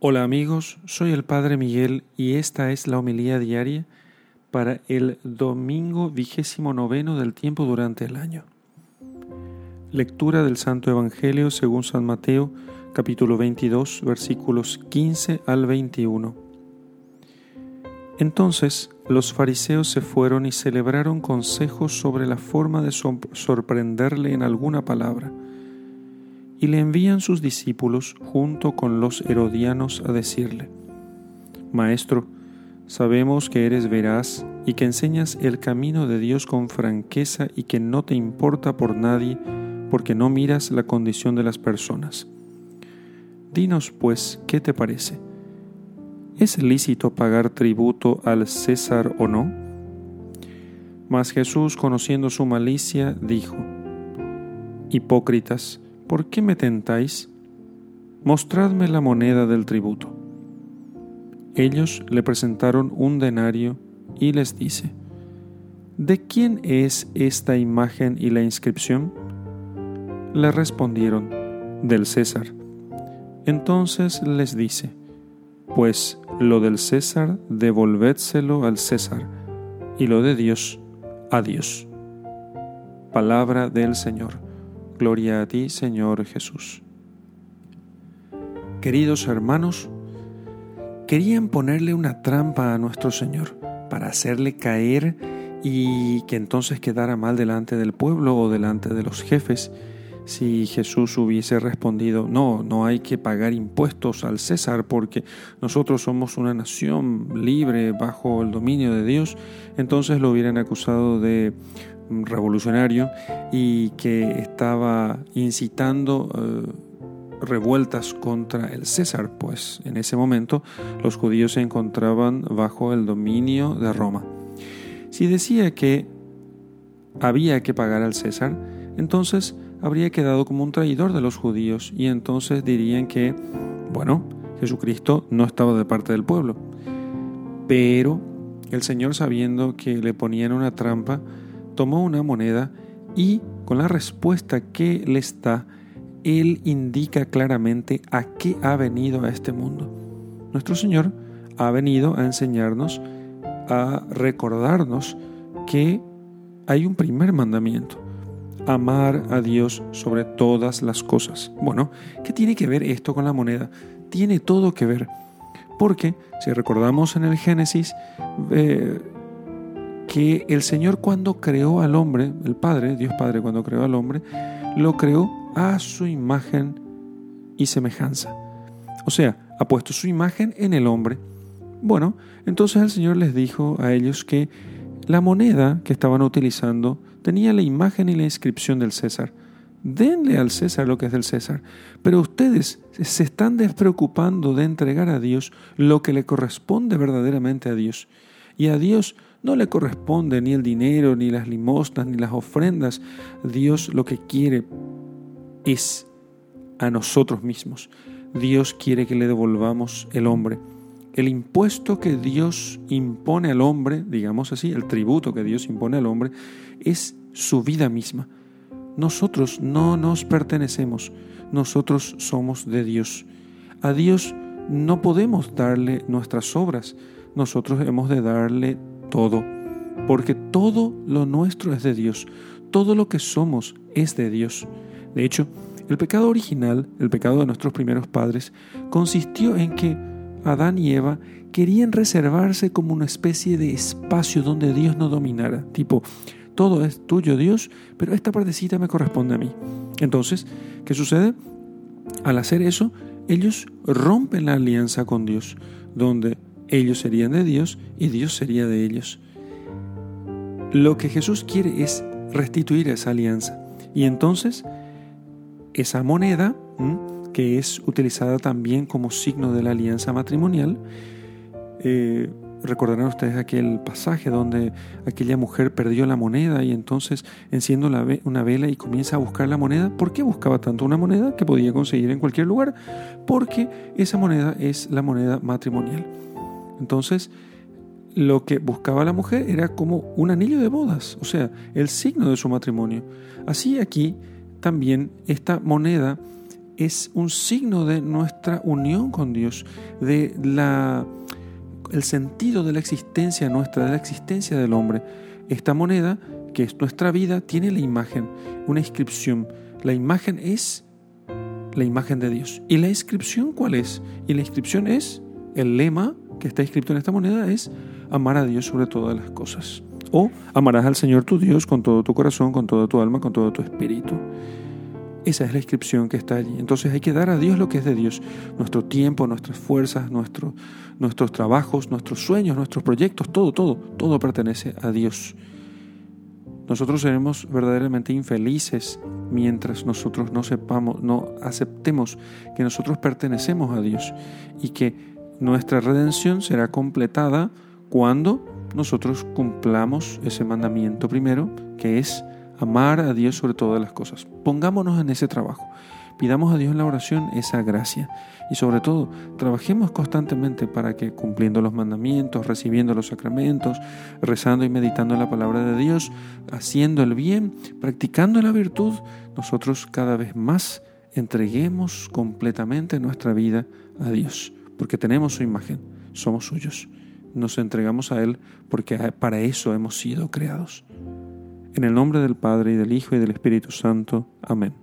Hola amigos, soy el Padre Miguel y esta es la homilía diaria para el domingo 29 del tiempo durante el año. Lectura del Santo Evangelio según San Mateo, capítulo 22, versículos 15 al 21. Entonces los fariseos se fueron y celebraron consejos sobre la forma de sorprenderle en alguna palabra. Y le envían sus discípulos junto con los herodianos a decirle: Maestro, sabemos que eres veraz y que enseñas el camino de Dios con franqueza y que no te importa por nadie porque no miras la condición de las personas. Dinos pues, ¿qué te parece? ¿Es lícito pagar tributo al César o no? Mas Jesús, conociendo su malicia, dijo: Hipócritas, ¿por qué me tentáis? Mostradme la moneda del tributo. Ellos le presentaron un denario y les dice: ¿De quién es esta imagen y la inscripción? Le respondieron: del César. Entonces les dice: Pues lo del César devolvédselo al César, y lo de Dios a Dios. Palabra del Señor. Gloria a ti, Señor Jesús. Queridos hermanos, querían ponerle una trampa a nuestro Señor para hacerle caer y que entonces quedara mal delante del pueblo o delante de los jefes. Si Jesús hubiese respondido: no hay que pagar impuestos al César porque nosotros somos una nación libre bajo el dominio de Dios, entonces lo hubieran acusado de revolucionario y que estaba incitando revueltas contra el César, pues en ese momento los judíos se encontraban bajo el dominio de Roma. Si decía que había que pagar al César, entonces habría quedado como un traidor de los judíos y entonces dirían que, Jesucristo no estaba de parte del pueblo. Pero el Señor, sabiendo que le ponían una trampa, tomó una moneda y con la respuesta que les da, Él indica claramente a qué ha venido a este mundo. Nuestro Señor ha venido a enseñarnos, a recordarnos que hay un primer mandamiento: amar a Dios sobre todas las cosas. Bueno, ¿qué tiene que ver esto con la moneda? Tiene todo que ver, porque si recordamos en el Génesis, que el Señor, cuando creó al hombre, el Padre, Dios Padre, cuando creó al hombre, lo creó a su imagen y semejanza. O sea, ha puesto su imagen en el hombre. Bueno, entonces el Señor les dijo a ellos que la moneda que estaban utilizando tenía la imagen y la inscripción del César. Denle al César lo que es del César. Pero ustedes se están despreocupando de entregar a Dios lo que le corresponde verdaderamente a Dios. Y a Dios no le corresponde ni el dinero, ni las limosnas, ni las ofrendas. Dios lo que quiere es a nosotros mismos. Dios quiere que le devolvamos el hombre. El impuesto que Dios impone al hombre, digamos así, el tributo que Dios impone al hombre, es su vida misma. Nosotros no nos pertenecemos, nosotros somos de Dios. A Dios no podemos darle nuestras obras, nosotros hemos de darle todo, porque todo lo nuestro es de Dios, todo lo que somos es de Dios. De hecho, el pecado original, el pecado de nuestros primeros padres, consistió en que Adán y Eva querían reservarse como una especie de espacio donde Dios no dominara, tipo: todo es tuyo, Dios, pero esta partecita me corresponde a mí. Entonces, ¿qué sucede? Al hacer eso, ellos rompen la alianza con Dios, donde ellos serían de Dios y Dios sería de ellos. Lo que Jesús quiere es restituir esa alianza. Y entonces, esa moneda, que es utilizada también como signo de la alianza matrimonial, recordarán ustedes aquel pasaje donde aquella mujer perdió la moneda y entonces enciende una vela y comienza a buscar la moneda. ¿Por qué buscaba tanto una moneda que podía conseguir en cualquier lugar? Porque esa moneda es la moneda matrimonial. Entonces, lo que buscaba la mujer era como un anillo de bodas, o sea, el signo de su matrimonio. Así aquí también esta moneda es un signo de nuestra unión con Dios, de el sentido de la existencia nuestra, de la existencia del hombre. Esta moneda, que es nuestra vida, tiene la imagen, una inscripción. La imagen es la imagen de Dios. ¿Y la inscripción cuál es? Y la inscripción es, el lema que está escrito en esta moneda es amar a Dios sobre todas las cosas. O amarás al Señor tu Dios con todo tu corazón, con toda tu alma, con todo tu espíritu. Esa es la inscripción que está allí. Entonces hay que dar a Dios lo que es de Dios. Nuestro tiempo, nuestras fuerzas, nuestros trabajos, nuestros sueños, nuestros proyectos, todo pertenece a Dios. Nosotros seremos verdaderamente infelices mientras nosotros no aceptemos que nosotros pertenecemos a Dios y que nuestra redención será completada cuando nosotros cumplamos ese mandamiento primero, que es amar a Dios sobre todas las cosas. Pongámonos en ese trabajo. Pidamos a Dios en la oración esa gracia y sobre todo trabajemos constantemente para que, cumpliendo los mandamientos, recibiendo los sacramentos, rezando y meditando en la palabra de Dios, haciendo el bien, practicando la virtud, nosotros cada vez más entreguemos completamente nuestra vida a Dios, porque tenemos su imagen, somos suyos. Nos entregamos a Él porque para eso hemos sido creados. En el nombre del Padre, y del Hijo, y del Espíritu Santo. Amén.